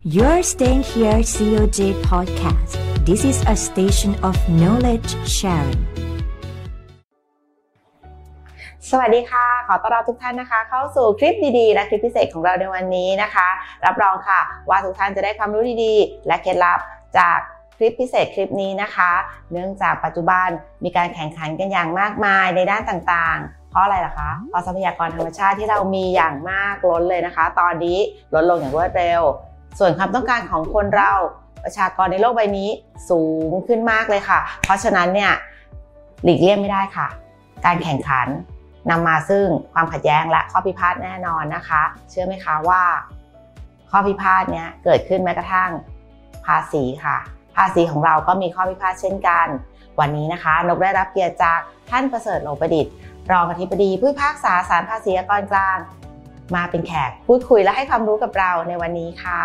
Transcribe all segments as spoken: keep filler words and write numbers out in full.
You're staying here ซี โอ เจ Podcast. This is a station of knowledge sharing. สวัสดีค่ะขอต้อนรับทุกท่านนะคะเข้าสู่คลิปดีๆและคลิปพิเศษของเราในวันนี้นะคะรับรองค่ะว่าทุกท่านจะได้ความรู้ดีๆและเคล็ดลับจากคลิปพิเศษคลิปนี้นะคะเนื่องจากปัจจุบันมีการแข่งขันกันอย่างมากมายในด้านต่างๆเพราะอะไรล่ะคะเพราะทรัพยากรธรรมชาติที่เรามีอย่างมากล้นเลยนะคะตอนนี้ลดลงอย่างรวดเร็วส่วนความต้องการของคนเราประชากรในโลกใบนี้สูงขึ้นมากเลยค่ะเพราะฉะนั้นเนี่ยหลีกเลี่ยงไม่ได้ค่ะการแข่งขันนำมาซึ่งความขัดแย้งและข้อพิพาทแน่นอนนะคะเชื่อไหมคะว่าข้อพิพาทเนี้ยเกิดขึ้นแม้กระทั่งภาษีค่ะภาษีของเราก็มีข้อพิพาทเช่นกันวันนี้นะคะนกได้รับเกียรติจากท่านประเสริฐโลประดิษฐ์รองอธิบดีผู้พิพากษาศาลภาษีอากรกลางมาเป็นแขกพูดคุยและให้ความรู้กับเราในวันนี้ค่ะ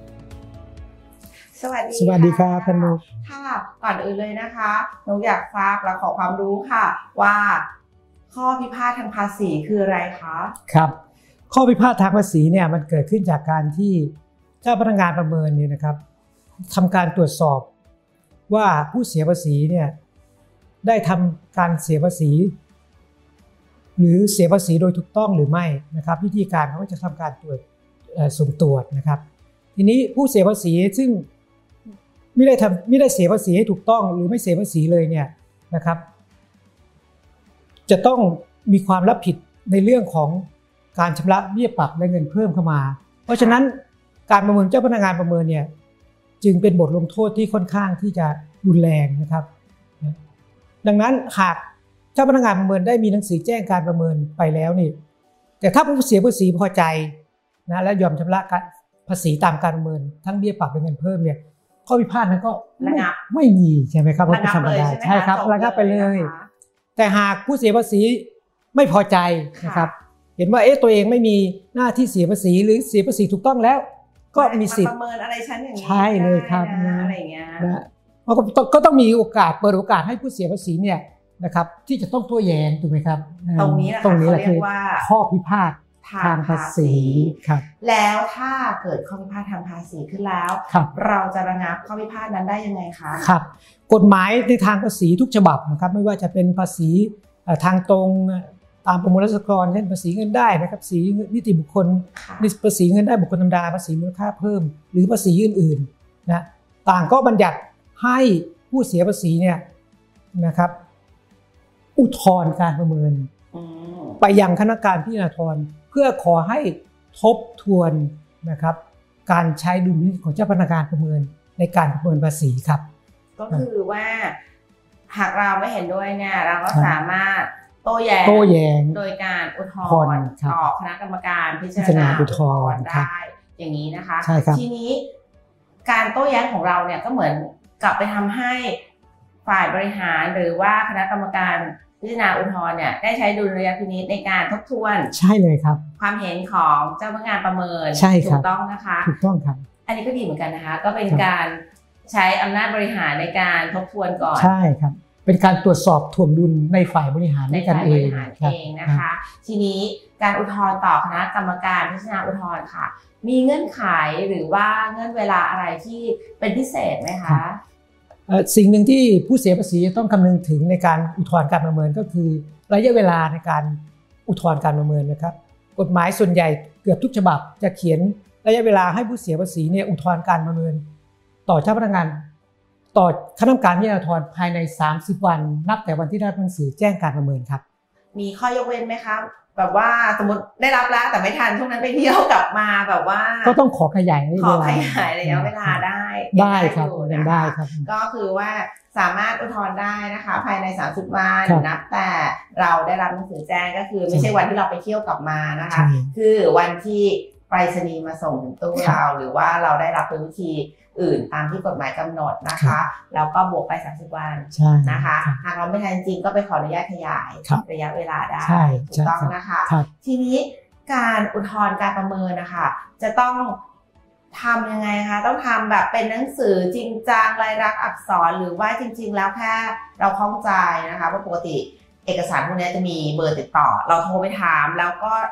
สวัสดีสวัสดีครับท่านนกค่ะก่อนอื่นเลยนะคะนกอยากทราบและขอความรู้ค่ะว่าข้อพิพาททางภาษีคืออะไรคะครับข้อพิพาททางภาษีเนี่ยมันเกิดขึ้นจากการที่เจ้าพนักงานประเมินเนี่ยนะครับทำการตรวจสอบว่าผู้เสียภาษีเนี่ยได้ทำการเสียภาษีหรือเสียภาษีโดยถูกต้องหรือไม่นะครับวิธีการเขาก็จะทำการตรวจสุ่มตรวจนะครับทีนี้ผู้เสียภาษีซึ่งไม่ได้ทำไม่ได้เสียภาษีให้ถูกต้องหรือไม่เสียภาษีเลยเนี่ยนะครับจะต้องมีความรับผิดในเรื่องของการชำระเบี้ยปรับและเงินเพิ่มเข้ามาเพราะฉะนั้นการประเมินเจ้าพนักงานประเมินเนี่ยจึงเป็นบทลงโทษที่ค่อนข้างที่จะรุนแรงนะครับดังนั้นหากเจ้าพนักงานประเมินได้มีหนังสือแจ้งการประเมินไปแล้วนี่แต่ถ้าผู้เสียภาษีพอใจนะและยอมชำระภาษีตามการประเมินทั้งเบี้ยปรับและเงินเพิ่มเนี่ยข้อพิพาทนั้นก็ไม่ไม่มีใช่ไหมครับระงับเลยใช่ครับระงับไปเลยแต่หากผู้เสียภาษีไม่พอใจนะครับเห็นว่าเอ๊ะตัวเองไม่มีหน้าที่เสียภาษีหรือเสียภาษีถูกต้องแล้วก็มีสิทธิ์ประเมินอะไรชั้นอย่างนี้ใช่เลยครับนะอะไรอย่างเงี้ยนะก็ต้องมีโอกาสเปิดโอกาสให้ผู้เสียภาษีเนี่ยนะครับที่จะต้องโต้แย้งถูกไหมครับตรงนี้แหละตรงนี้แหละคือข้อพิพาททางภาษีครับแล้วถ้าเกิดข้อพิพาททางภาษีขึ้นแล้วเราจะระงับข้อพิพาทนั้นได้ยังไงคะครับกฎหมายในทางภาษีทุกฉบับนะครับไม่ว่าจะเป็นภาษีทางตรงตามประมวลรัษฎรเช่นภาษีเงินได้นะครับภาษีนิติบุคคลภาษีเงินได้บุคคลธรรมดาภาษีมูลค่าเพิ่มหรือภาษีอื่นๆนะต่างก็บัญญัติให้ผู้เสียภาษีเนี่ยนะครับอุทธรณ์การประเมินไปยังคณะกรรมการพิจารณาอุทธรณ์เพื่อขอให้ทบทวนนะครับการใช้ดุลพินิจของเจ้าพนักงานประเมินในการประเมินภาษีครับก็คือว่าหากเราไม่เห็นด้วยเนี่ยเราก็สามารถโต้แย้งโต้แย้งโดยการอุทธรณ์ต่อคณะกรรมการพิจารณาอุทธรณ์ได้อย่างนี้นะคะทีนี้การโต้แย้งของเราเนี่ยก็เหมือนกลับไปทำให้ฝ่ายบริหารหรือว่าคณะกรรมการพิจารณาอุทธรณ์เนี่ยได้ใช้ดุลยพินิจในการทบทวนใช่เลยครับความเห็นของเจ้าพนักงานประเมินถูกต้องนะคะถูกต้องครับอันนี้ก็ดีเหมือนกันนะคะก็เป็นการใช้อำนาจบริหารในการทบทวนก่อนใช่ครับเป็นการตรวจสอบถ่วงดุลในฝ่ายบริหารในกันเองเองนะคะทีนี้การอุทธรณ์ต่อคณะกรรมการพิจารณาอุทธรณ์ค่ะมีเงื่อนไขหรือว่าเงื่อนเวลาอะไรที่เป็นพิเศษไหมคะสิ่งหนึ่งที่ผู้เสียภาษีต้องคำนึงถึงในการอุทธรณ์การประเมินก็คือระยะเวลาในการอุทธรณ์การประเมินนะครับกฎหมายส่วนใหญ่เกือบทุกฉบับจะเขียนระยะเวลาให้ผู้เสียภาษีเนี่ยอุทธรณ์การประเมินต่อเจ้าพนักงานต่อคณะกรรมการพิจารณาอุทธรณ์ภายในสามสิบวันนับแต่วันที่ได้หนังสือแจ้งการประเมินครับมีข้อยกเว้นไหมครับแบบว่าสมมติได้รับแล้วแต่ไม่ทันช่วงนั้นไปเที่ยวกลับมาแบบว่าก็ต้องขอขยายขอขยายระยะเวลาได้ได้ครับยังได้ครับก็คือว่าสามารถอุทธรณ์ได้นะคะภายในสามสิบวันนับแต่เราได้รับหนังสือแจ้งก็คือไม่ใช่วันที่เราไปเที่ยวกลับมานะคะคือวันที่ไปรษณีย์มาส่งถึงตู้เราหรือว่าเราได้รับโดยวิธีอื่นตามที่กฎหมายกำหนดนะคะแล้วก็บวกไปสามสิบวันนะคะหากเราไม่ทันจริงก็ไปขออนุญาตขยายระยะเวลาได้ถูกต้องนะคะทีนี้การอุทธรณ์การประเมินนะคะจะต้องทำยังไงคะต้องทำแบบเป็นหนังสือจริงจังลายลักษณ์อักษรหรือว่าจริงๆแล้วแค่เราข้องใจนะคะเพราะปกติเอกสารพวกนี้จะมีเบอร์ติดต่อเราโทรไปถามแล้วก็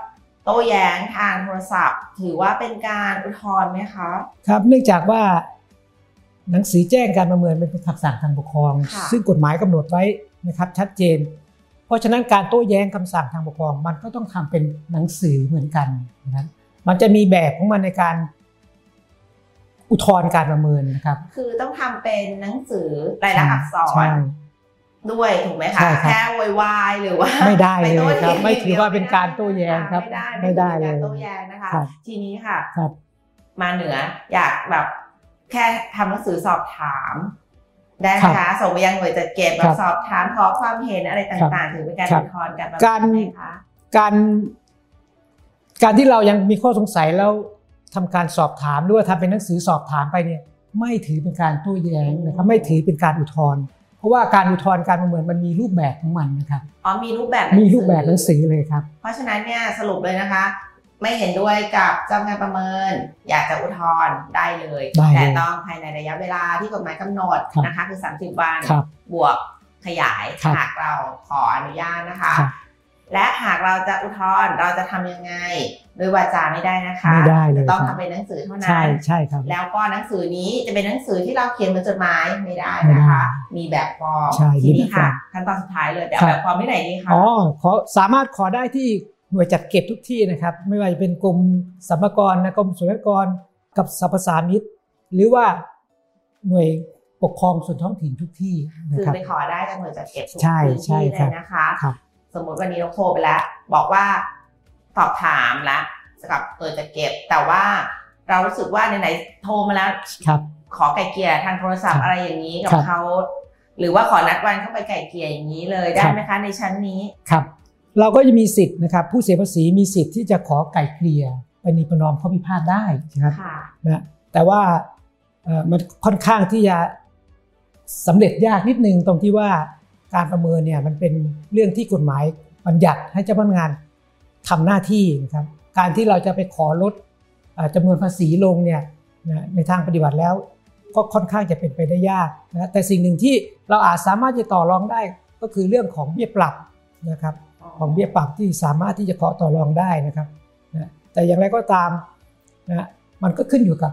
โต้แย้งทางโทรศัพท์ถือว่าเป็นการอุทธรณ์ไหมคะครับเนื่องจากว่าหนังสือแจ้งการประเมินเป็นคำสั่งทางปกครองซึ่งกฎหมายกำหนดไว้นะครับชัดเจนเพราะฉะนั้นการโต้แย้งคำสั่งทางปกครองมันก็ต้องทำเป็นหนังสือเหมือนกันนะครับมันจะมีแบบของมันในการอุทธรณ์การประเมินนะครับคือต้องทำเป็นหนังสือรายลักษณ์อักษรด้วยถูกไหมคะแค่โวยวายหรือว่าไม่ได้เลยครับไม่ถือว่าเป็นการโต้แย้งครับไม่ได้ไม่ได้เลยการโต้แย้งนะคะทีนี้ค่ะมาเหนืออยากแบบแค่ทำหนังสือสอบถามได้ไหมคะส่งไปยังหน่วยจัดเก็บแบบสอบถามขอความเห็นอะไรต่างๆถือเป็นการอุทธรณ์การประเมินไหมคะการการที่เรายังมีข้อสงสัยแล้วทำการสอบถามหรือว่าทำเป็นหนังสือสอบถามไปเนี่ยไม่ถือเป็นการโต้แย้งนะครับไม่ถือเป็นการอุทธรณ์เพราะว่าการอุทธรณ์การประเมินมันมีรูปแบบของมันนะครับอ๋อมีรูปแบบมีรูปแบบหนังสือเลยครับเพราะฉะนั้นเนี่ยสรุปเลยนะคะไม่เห็นด้วยกับเจ้าพนักงานประเมินอยากจะอุทธรณ์ได้เลยแต่ต้องภายในระยะเวลาที่กฎหมายกำหนดนะคะคือสามสิบวันบวกขยายหากเราขออนุญาตนะคะและหากเราจะอุทธรณ์เราจะทำยังไงโดยวาจาไม่ได้นะคะไม่ได้เลยต้องทำเป็นหนังสือเท่านั้นใช่ใช่ครับแล้วก็หนังสือนี้จะเป็นหนังสือที่เราเขียนบนจดหมายไม่ได้นะคะมีแบบฟอร์มทีนี้ค่ะขั้นตอนสุดท้ายเลยแบบฟอร์มที่ไหนดีคะอ๋อขอสามารถขอได้ที่หน่วยจัดเก็บทุกที่นะครับไม่ว่าจะเป็นกรมสรรพากรนะกรมศุลกากรกับสรรพสามิตหรือว่าหน่วยปกครองส่วนท้องถิ่นทุกที่นะครับคือไปขอได้จากหน่วยจัดเก็บทุกที่เลยนะคะสมมติวันนี้เราโทรไปแล้วบอกว่าสอบถามแล้วกับหน่วยจัดเก็บแต่ว่าเรารู้สึกว่าไหนๆโทรมาแล้วขอไกลเกลี่ยทางโทรศัพท์อะไรอย่างนี้กับเขาหรือว่าขอนัดวันเข้าไปไกลเกลี่ยอย่างนี้เลยได้ไหมคะในชั้นนี้ครับเราก็จะมีสิทธิ์นะครับผู้เสียภาษีมีสิทธิ์ที่จะขอไกลเกลี่ยประนีประนอมข้อพิพาทได้นะครับนะแต่ว่ามันค่อนข้างที่จะสำเร็จยากนิดนึงตรงที่ว่าการประเมินเนี่ยมันเป็นเรื่องที่กฎหมายบัญญัติให้เจ้าพนักงานทำหน้าที่นะครับการที่เราจะไปขอลดจำนวนภาษีลงเนี่ยในทางปฏิบัติแล้วก็ค่อนข้างจะเป็นไปได้ยากนะแต่สิ่งหนึ่งที่เราอาจสามารถจะต่อรองได้ก็คือเรื่องของเบี้ยปรับนะครับของเบี้ยปรับที่สามารถที่จะขอต่อรองได้นะครับนะแต่อย่างไรก็ตามนะมันก็ขึ้นอยู่กับ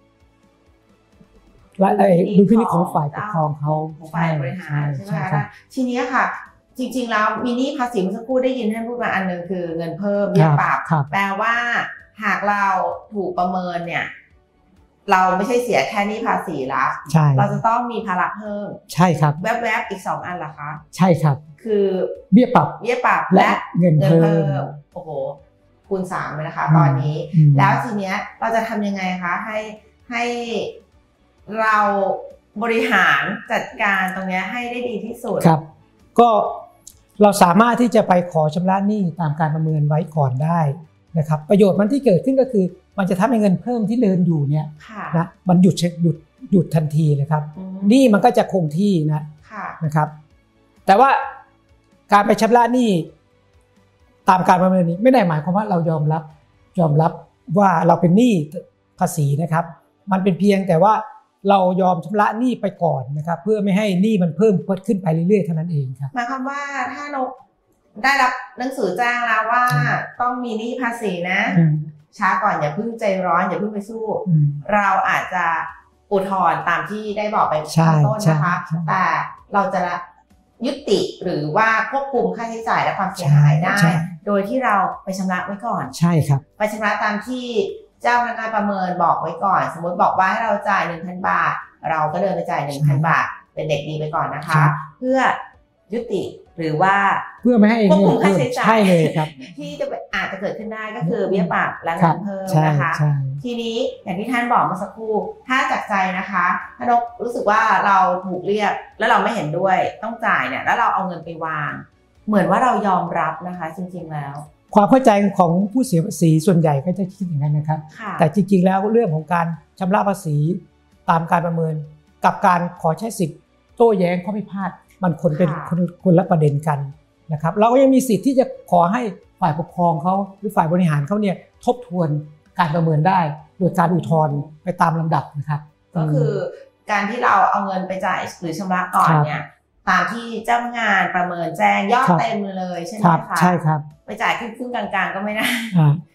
และดุลพินิจของฝ่ายปกครองเขาฝ่ายบริหารใช่ไหมคะทีนี้ค่ะจริงๆแล้วมินิภาษีเมื่อสักครู่ได้ยินท่านพูดมาอันนึงคือเงินเพิ่มเบี้ยปรับแปลว่าหากเราถูกประเมินเนี่ยเราไม่ใช่เสียแค่นี้ภาษีละเราจะต้องมีภาระเพิ่มใช่ครับแวบๆอีกสองอันล่ะคะใช่ครับคือเบี้ยปรับเบี้ยปรับและเงินเพิ่มโอ้โหคูณสามเลยนะคะตอนนี้แล้วทีเนี้ยเราจะทำยังไงคะให้ให้เราบริหารจัดการตรงนี้ให้ได้ดีที่สุดครับก็เราสามารถที่จะไปขอชำระหนี้ตามการประเมินไว้ก่อนได้นะครับประโยชน์มันที่เกิดขึ้นก็คือมันจะทำให้เงินเพิ่มที่เดินอยู่เนี่ยนะมันหยุดหยุดหยุดทันทีเลยครับหนี้มันก็จะคงที่นะนะครับแต่ว่าการไปชำระหนี้ตามการประเมินนี้ไม่ได้หมายความว่าเรายอมรับยอมรับว่าเราเป็นหนี้ภาษีนะครับมันเป็นเพียงแต่ว่าเรายอมชำระหนี้ไปก่อนนะครับเพื่อไม่ให้หนี้มันเพิ่มขึ้นไปเรื่อยๆเท่านั้นเองครับหมายความว่าถ้านกได้รับหนังสือแจ้งแล้วว่าต้องมีหนี้ภาษีนะช้าก่อนอย่าเพิ่งใจร้อนอย่าเพิ่งไปสู้เราอาจจะอุทธรณ์ตามที่ได้บอกไปข้างต้นนะคะแต่เราจะยุติหรือว่าควบคุมค่าใช้จ่ายและความเสียหายได้โดยที่เราไปชำระไว้ก่อนใช่ครับไปชำระตามที่เจ้าพนักงานประเมินบอกไว้ก่อนสมมติบอกว่าให้เราจ่าย หนึ่งพัน บาทเราก็เดินไปจ่าย หนึ่งพัน บาทเป็นเด็กดีไปก่อนนะคะเพื่อยุติหรือว่าเพื่อไม่ให้ควบคุมค่าใช้จ่ายใช่เลยครับที่จะอาจจะเกิดขึ้นได้ก็คือเบี้ยปรับและเงินเพิ่มนะคะทีนี้อย่างที่ท่านบอกเมื่อสักครู่ถ้าจากใจนะคะถ้านกรู้สึกว่าเราถูกเรียกแล้วเราไม่เห็นด้วยต้องจ่ายเนี่ยแล้วเราเอาเงินไปวางเหมือนว่าเรายอมรับนะคะจริงๆแล้วความเข้าใจของผู้เสียภาษีส่วนใหญ่ก็จะคิดอย่างนั้นนะครับแต่จริงๆแล้วเรื่องของการชำระภาษีตามการประเมินกับการขอใช้สิทธิ์โต้แย้งข้อพิพาทมันคนเป็นคนคนละประเด็นกันนะครับเราก็ยังมีสิทธิ์ที่จะขอให้ฝ่ายปกครองเขาหรือฝ่ายบริหารเขาเนี่ยทบทวนการประเมินได้โดยการอุทธรณ์ไปตามลำดับนะครับก็คือการที่เราเอาเงินไปจ่ายหรือชำระก่อนเนี่ยตามที่เจ้าพนักงานประเมินแจ้งยอดเต็มเลยใช่ไหมคะใช่ครับไปจ่ายครึ่งๆกลางๆก็ไม่ได้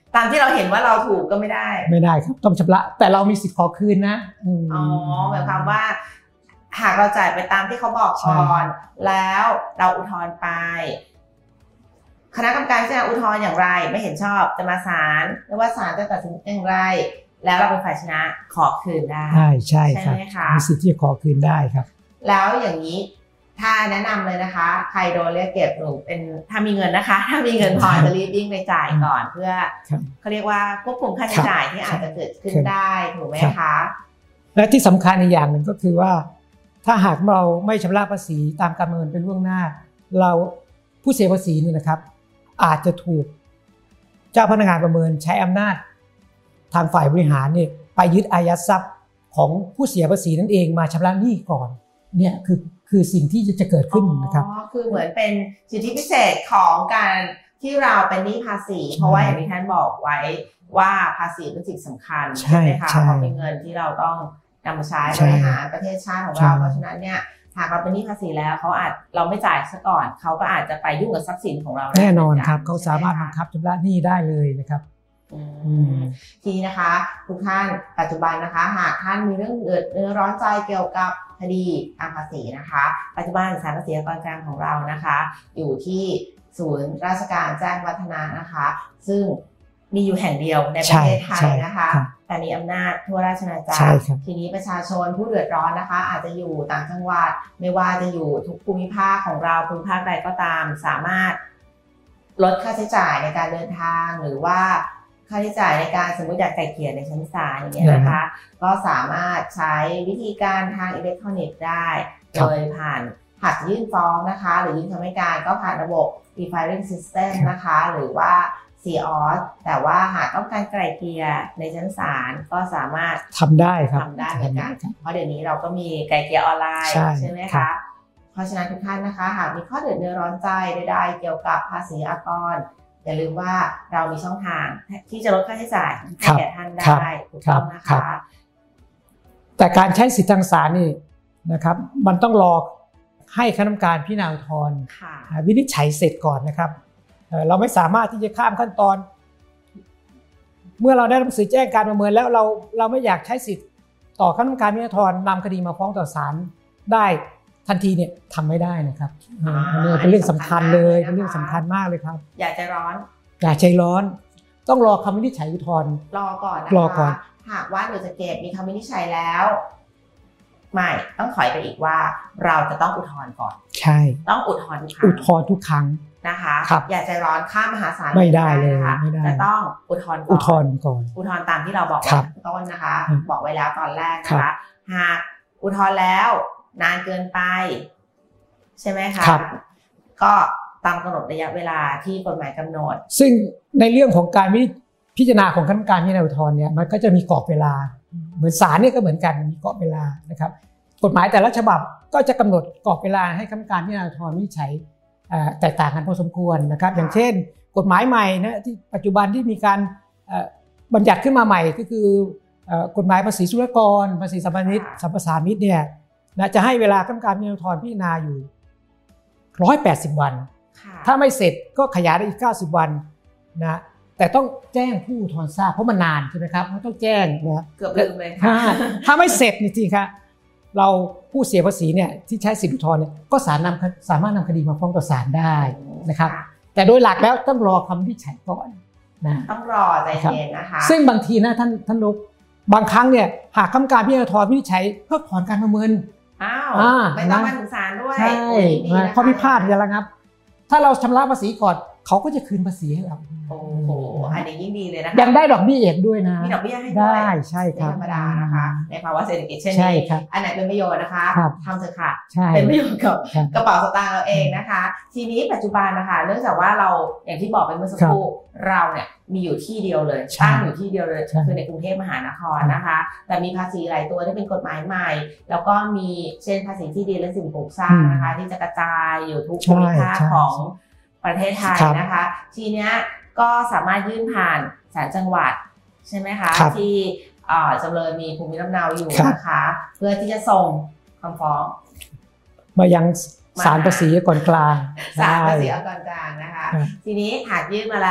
ตามที่เราเห็นว่าเราถูกก็ไม่ได้ไม่ได้ครับต้องชำระแต่เรามีสิทธิ์ขอคืนนะอ๋อหมายความว่าหากเราจ่ายไปตามที่เขาบอกก่อนแล้วเราอุทธรณ์ไปคณะกรรมการพิจารณาอุทธรณ์อย่างไรไม่เห็นชอบจะมาศาลหรือว่าศาลจะตัดสินอย่างไรแล้วเราเป็นฝ่ายชนะขอคืนได้ใช่ใช่ครับมีสิทธิ์ที่จะขอคืนได้ครับแล้วอย่างนี้ถ้าแนะนำเลยนะคะใครโดนเรียกเก็บหรือเป็นถ้ามีเงินนะคะถ้ามีเงินพอจะรีบวิ่งไปจ่ายก่อนเพื่อเขาเรียกว่าควบคุมค่าใช้จ่ายที่อาจจะเกิดขึ้นได้ถูกไหมคะและที่สำคัญอีกอย่างหนึ่งก็คือว่าถ้าหากเราไม่ชำระภาษีตามการประเมินเป็นล่วงหน้าเราผู้เสียภาษีนี่นะครับอาจจะถูกเจ้าพนักงานประเมินใช้อำนาจทางฝ่ายบริหารเนี่ยไปยึดอายัดทรัพย์ของผู้เสียภาษีนั่นเองมาชำระหนี้ก่อนเนี่ยคือคือสิ่งที่จะเกิดขึ้นนะครับอ๋อคือเหมือนเป็นสิทธิพิเศษของการที่เราเป็นหนี้ภาษีเพราะว่าอย่างที่ท่านบอกไว้ว่าภาษีเป็นสิ่งสำคัญใช่ไหมคะเพราะเป็นเงินที่เราต้องนำมาใช้บริหารประเทศชาติของเราเพราะฉะนั้นเนี่ยหากเราเป็นหนี้ภาษีแล้วเขาอาจเราไม่จ่ายซะก่อนเขาก็อาจจะไปยุ่งกับทรัพย์สินของเราแน่นอนครับเขาสามารถบังคับชำระหนี้ได้เลยนะครับทีนี้นะคะทุกท่านปัจจุบันนะคะหากท่านมีเรื่องเดือดเนื้อร้อนใจเกี่ยวกับคดีทางภาษีนะคะปัจจุบันศาลภาษีอากรกลางของเรานะคะอยู่ที่ศูนย์ราชการแจ้งวัฒนะนะคะซึ่งมีอยู่แห่งเดียวในประเทศไทยนะคะแต่มีอำนาจทั่วราชอาณาจักรทีนี้ประชาชนผู้เดือดร้อนนะคะอาจจะอยู่ต่างจังหวัดไม่ว่าจะอยู่ทุกภูมิภาคของเราภูมิภาคใดก็ตามสามารถลดค่าใช้จ่ายในการเดินทางหรือว่าค่าใช้จ่ายในการสมมติอยากไกล่เกลี่ยในชั้นศาลอย่างเงี้ยนะคะก็สามารถใช้วิธีการทางอิเล็กทรอนิกส์ได้โดยผ่านหากยื่นฟ้องนะคะหรือยื่นคำให้การก็ผ่านระบบ e-filing system นะคะหรือว่า ซี ออ เอส แต่ว่าหากต้องการไกล่เกลี่ยในชั้นศาลก็สามารถทำได้ครับทำได้เหมือนกันเพราะเดี๋ยวนี้เราก็มีไกล่เกลี่ยออนไลน์ใช่ไหมคะเพราะฉะนั้นทุกท่านนะคะหากมีข้อเดือดเนื้อร้อนใจใดๆเกี่ยวกับภาษีอากรอย่าลืมว่าเรามีช่องทางที่จะลดค่าใช้จ่ายให้แก่ท่านได้ถูกต้องนะคะแต่การใช้สิทธิทางศาลนี่นะครับมันต้องรอให้คณะกรรมการพิจารณาอุทธรณ์วินิจฉัยเสร็จก่อนนะครับเราไม่สามารถที่จะข้ามขั้นตอนเมื่อเราได้หนังสือแจ้งการประเมินแล้วเราเราไม่อยากใช้สิทธิ์ต่อคณะกรรมการพิจารณาอุทธรณ์นำคดีมาฟ้องต่อศาลได้ทันทีเนี่ยทำไม่ได้นะครับนี่เป็นเรื่องสำคัญเลยเป็นเรื่องสำคัญมากเลยครับอย่าใจร้อนอย่าใจร้อนต้องรอคำวินิจฉัยอุทธรณ์รอก่อนนะคะรอก่อนหากว่าหน่วยจัดเก็บมีคำวินิจฉัยแล้วไม่ต้องถอยไปอีกว่าเราจะต้องอุทธรณ์ก่อนใช่ต้องอุทธรณ์ทุกครั้งอุทธรณ์ทุกครั้งนะคะอย่าใจร้อนข้ามมหาศาลไม่ได้เลยไม่ได้จะต้องอุทธรณ์ก่อนอุทธรณ์ก่อนอุทธรณ์ตามที่เราบอกไว้ต้นนะคะบอกไว้แล้วตอนแรกนะคะหากอุทธรณ์แล้วนานเกินไปใช่ไหมคะก็ตามกำหนดระยะเวลาที่กฎหมายกำหนดซึ่งในเรื่องของการพิจารณาของคณะกรรมการพิจารณาอุทธรณ์เนี่ยมันก็จะมีกรอบเวลาเหมือนศาลเนี่ยก็เหมือนกันมีกรอบเวลานะครับกฎหมายแต่ละฉบับก็จะกำหนดกรอบเวลาให้คณะกรรมการพิจารณาอุทธรณ์วินิจฉัยแตกต่างกันพอสมควรนะครับอย่างเช่นกฎหมายใหม่นะที่ปัจจุบันที่มีการบัญญัติขึ้นมาใหม่ก็คือกฎหมายภาษีศุลกรภาษีสัมปทานมิตรสัมปทานมิตรเนี่ยนะจะให้เวลาคณะกรรมการพิจารณาอุทธรณ์พิจารณาอยู่หนึ่งร้อยแปดสิบวันถ้าไม่เสร็จก็ขยายได้อีกเก้าสิบวันนะแต่ต้องแจ้งผู้อุทธรณ์ทราบเพราะมันนานใช่ไหมครับมันต้องแจ้งนะเกือบลืมเลยค่ะถ้าไม่เสร็จจริงๆครับเราผู้เสียภาษีเนี่ยที่ใช้สิทธิอุทธรณ์เนี่ยก็ศาลนำสามารถนำคดีมาฟ้องต่อศาลได้นะครับแต่โดยหลักแล้วต้องรอคำวินิจฉัยก่อนนะต้องรอใจเย็นนะคะซึ่งบางทีนะท่านท่านนุ๊กบางครั้งเนี่ยหากคณะกรรมการพิจารณาอุทธรณ์วินิจฉัยเพิกถอนการประเมินอ้าวไม่ต้องมาถึงศาลด้วยใช่ข้อพิพาทจะระงับถ้าเราชำระภาษีก่อนเขาก็จะคืนภาษีให้เราโอ้โหอันนี้ยิ่งดีเลยนะคะยังได้ดอกเบี้ยเอกด้วยนะมีดอกเบี้ยให้ด้วยได้ใช่ครับธรรมดานะคะในภาวะเศรษฐกิจเช่นนี้อันไหนเป็นประโยชน์นะคะทำเถอะค่ะเป็นประโยชน์กับกระเป๋าสตางค์เราเองนะคะทีนี้ปัจจุบันนะคะเนื่องจากว่าเราอย่างที่บอกไปเมื่อสักครู่เราเนี่ยมีอยู่ที่เดียวเลยตั้งอยู่ที่เดียวเลยคือในกรุงเทพมหานครนะคะแต่มีภาษีหลายตัวที่เป็นกฎหมายใหม่แล้วก็มีเช่นภาษีที่ดินและสิ่งปลูกสร้างนะคะที่จะกระจายอยู่ทุกภูมิภาคของประเทศไทยนะคะทีเนี้ยก็สามารถยื่นผ่านศาลจังหวัดใช่ไหมคะที่จำเลยมีภูมิลำเนาอยู่นะคะเพื่อที่จะส่งคำฟ้องมายังศาลภาษีอากรกลางศาลภาษีอากรกลางนะคะทีนี้หากยื่นมาแล้ว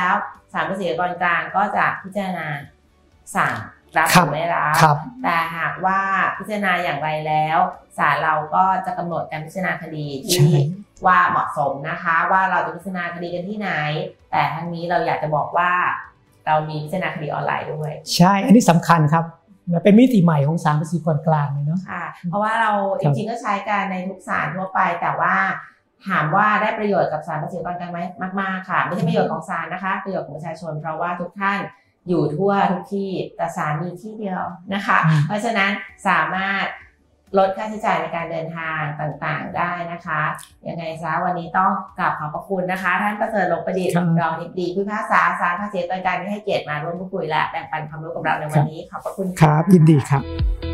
ศาลภาษีอากรกลางก็จะพิจารณาสั่งรับหรือไม่รับแต่หากว่าพิจารณาอย่างไรแล้วศาลเราก็จะกำหนดการพิจารณาคดีที่ว่าเหมาะสมนะคะว่าเราจะพิจารณาคดีกันที่ไหนแต่ทั้งนี้เราอยากจะบอกว่าเรามีพิจารณาคดีออนไลน์ด้วยใช่อันนี้สำคัญครับเป็นมิติใหม่ของศาลภาษีอากรกลางเลยเนาะค่ะเพราะว่าเราจริงๆก็ใช้กันในทุกศาลทั่วไปแต่ว่าถามว่าได้ประโยชน์กับศาลภาษีอากรกลางไหมมากๆค่ะไม่ใช่ประโยชน์ของศาลนะคะประโยชน์ของประชาชนเพราะว่าทุกท่านอยู่ทั่วทุกที่แต่ศาลมีที่เดียวนะคะเพราะฉะนั้นสามารถลดค่าใช้จ่ายในการเดินทางต่างๆได้นะคะยังไงซะวันนี้ต้องกราบขอบพระคุณนะคะท่านประเสริฐ ลงประดิษฐ์รองอธิบดีผู้พิพากษาศาลภาษีอากรกลางที่ให้เกียรติมาร่วมพูดคุยและแบ่งปันความรู้กับเราในวันนี้ขอบพระคุณครับยินดีครับ